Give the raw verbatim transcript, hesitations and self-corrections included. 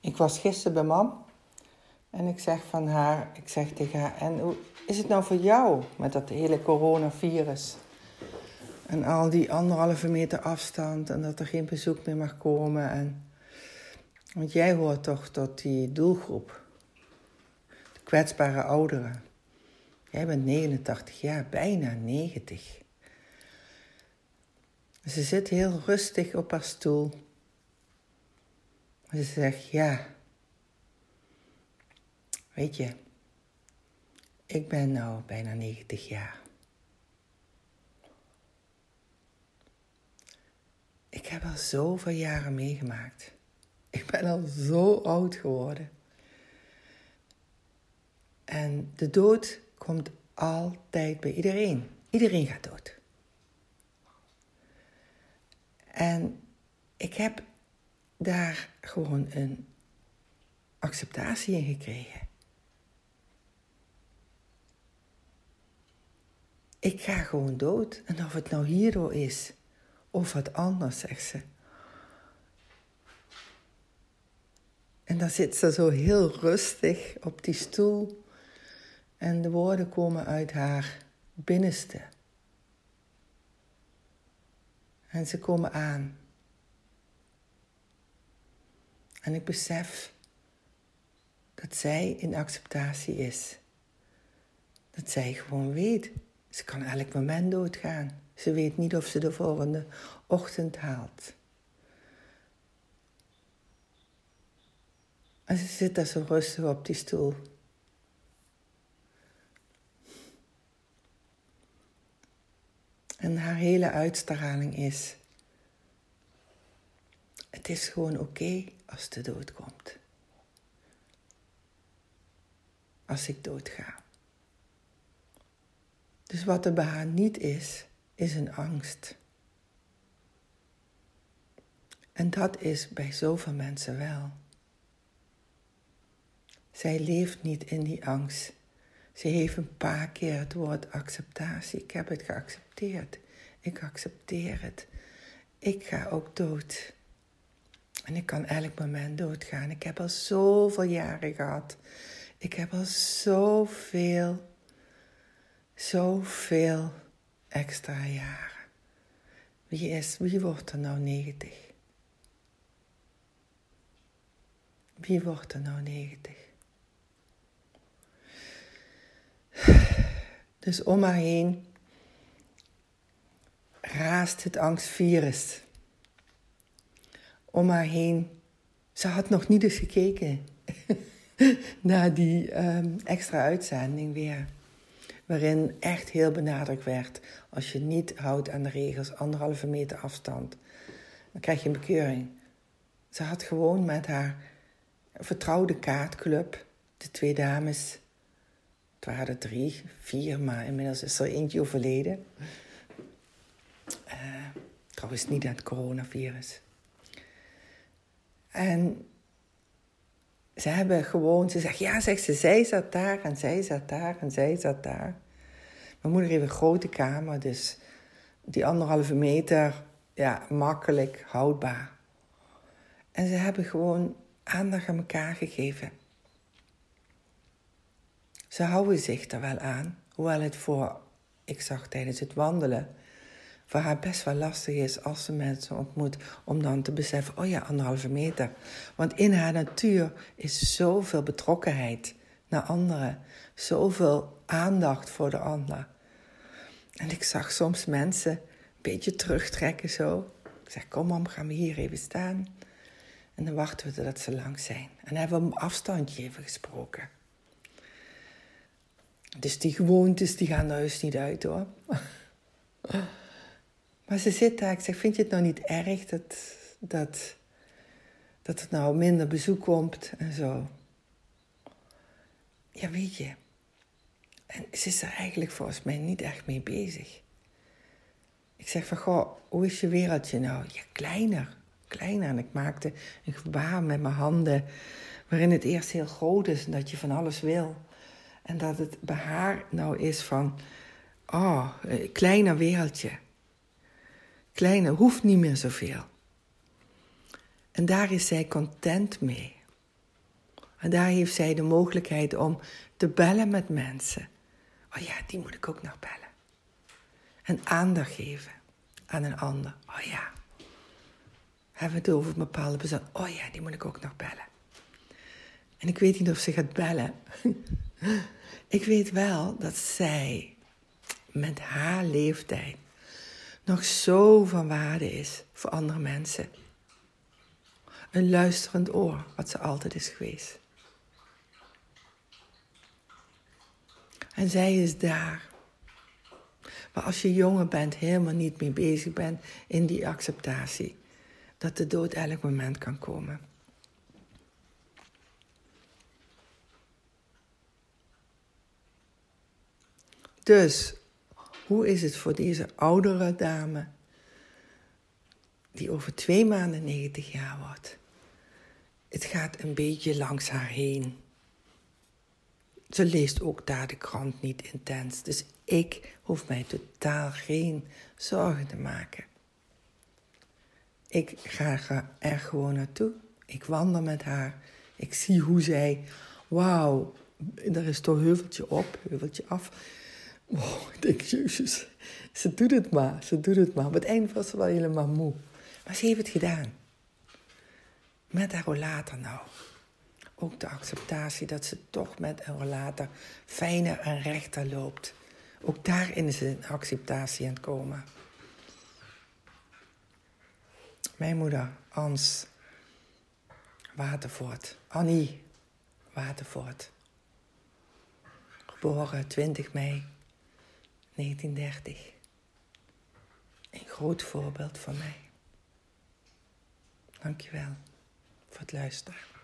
Ik was gisteren bij mam en ik zeg van haar, ik zeg tegen haar, en hoe is het nou voor jou met dat hele coronavirus? En al die anderhalve meter afstand en dat er geen bezoek meer mag komen. En, want jij hoort toch tot die doelgroep, de kwetsbare ouderen. Jij bent negenentachtig jaar, bijna negentig. Ze zit heel rustig op haar stoel. En ze zegt, ja, weet je, ik ben nou bijna negentig jaar. Ik heb al zoveel jaren meegemaakt. Ik ben al zo oud geworden. En de dood komt altijd bij iedereen. Iedereen gaat dood. En ik heb daar gewoon een acceptatie in gekregen. Ik ga gewoon dood. En of het nou hierdoor is, of wat anders, zegt ze. En dan zit ze zo heel rustig op die stoel. En de woorden komen uit haar binnenste. En ze komen aan. En ik besef dat zij in acceptatie is. Dat zij gewoon weet, ze kan elk moment doodgaan. Ze weet niet of ze de volgende ochtend haalt. En ze zit daar zo rustig op die stoel. En haar hele uitstraling is, het is gewoon oké als de dood komt. Als ik doodga. Dus wat er bij haar niet is, is een angst. En dat is bij zoveel mensen wel. Zij leeft niet in die angst. Ze heeft een paar keer het woord acceptatie. Ik heb het geaccepteerd. Ik accepteer het. Ik ga ook dood. En ik kan elk moment doodgaan. Ik heb al zoveel jaren gehad. Ik heb al zoveel, zoveel extra jaren. Wie is, wie wordt er nou negentig? Wie wordt er nou negentig? Dus om haar heen raast het angstvirus. Om haar heen, ze had nog niet eens gekeken naar die um, extra uitzending weer. Waarin echt heel benadrukt werd, als je niet houdt aan de regels, anderhalve meter afstand, dan krijg je een bekeuring. Ze had gewoon met haar vertrouwde kaartclub, de twee dames, het waren er drie, vier, maar inmiddels is er eentje overleden. Uh, trouwens niet aan het coronavirus. En ze hebben gewoon, ze zegt, ja, zegt ze, zij zat daar en zij zat daar en zij zat daar. Mijn moeder heeft een grote kamer, dus die anderhalve meter, ja, makkelijk houdbaar. En ze hebben gewoon aandacht aan elkaar gegeven. Ze houden zich er wel aan, hoewel het voor, ik zag tijdens het wandelen, voor haar best wel lastig is als ze mensen ontmoet, om dan te beseffen, oh ja, anderhalve meter. Want in haar natuur is zoveel betrokkenheid naar anderen, zoveel aandacht voor de ander. En ik zag soms mensen een beetje terugtrekken zo. Ik zeg, kom mam, gaan we hier even staan. En dan wachten we totdat ze langs zijn. En dan hebben we een afstandje even gesproken. Dus die gewoontes, die gaan er heus niet uit hoor. Maar ze zit daar, ik zeg, vind je het nou niet erg dat, dat, dat er nou minder bezoek komt en zo? Ja, weet je. En ze is er eigenlijk volgens mij niet echt mee bezig. Ik zeg van, goh, hoe is je wereldje nou? Ja, kleiner, kleiner. En ik maakte een gebaar met mijn handen, waarin het eerst heel groot is en dat je van alles wil. En dat het bij haar nou is van, oh, een kleiner wereldje. Kleiner, hoeft niet meer zoveel. En daar is zij content mee. Maar daar heeft zij de mogelijkheid om te bellen met mensen. Oh ja, die moet ik ook nog bellen. En aandacht geven aan een ander. Oh ja. Hebben we het over een bepaalde persoon. Oh ja, die moet ik ook nog bellen. En ik weet niet of ze gaat bellen. Ik weet wel dat zij met haar leeftijd nog zo van waarde is voor andere mensen. Een luisterend oor, wat ze altijd is geweest. En zij is daar. Maar als je jonger bent, helemaal niet mee bezig bent in die acceptatie. Dat de dood elk moment kan komen. Dus, hoe is het voor deze oudere dame, die over twee maanden negentig jaar wordt? Het gaat een beetje langs haar heen. Ze leest ook daar de krant niet intens. Dus ik hoef mij totaal geen zorgen te maken. Ik ga er gewoon naartoe. Ik wandel met haar. Ik zie hoe zij... Wauw, er is toch heuveltje op, heuveltje af. Wow, ik denk, jezus, ze doet het maar, ze doet het maar. Op het eind was ze wel helemaal moe. Maar ze heeft het gedaan. Met haar rollator nou. Ook de acceptatie dat ze toch met een rollator fijner en rechter loopt. Ook daarin is een acceptatie aan het komen. Mijn moeder, Ans Watervoort, Annie Watervoort. Geboren twintig mei negentien dertig. Een groot voorbeeld voor mij. Dankjewel voor het luisteren.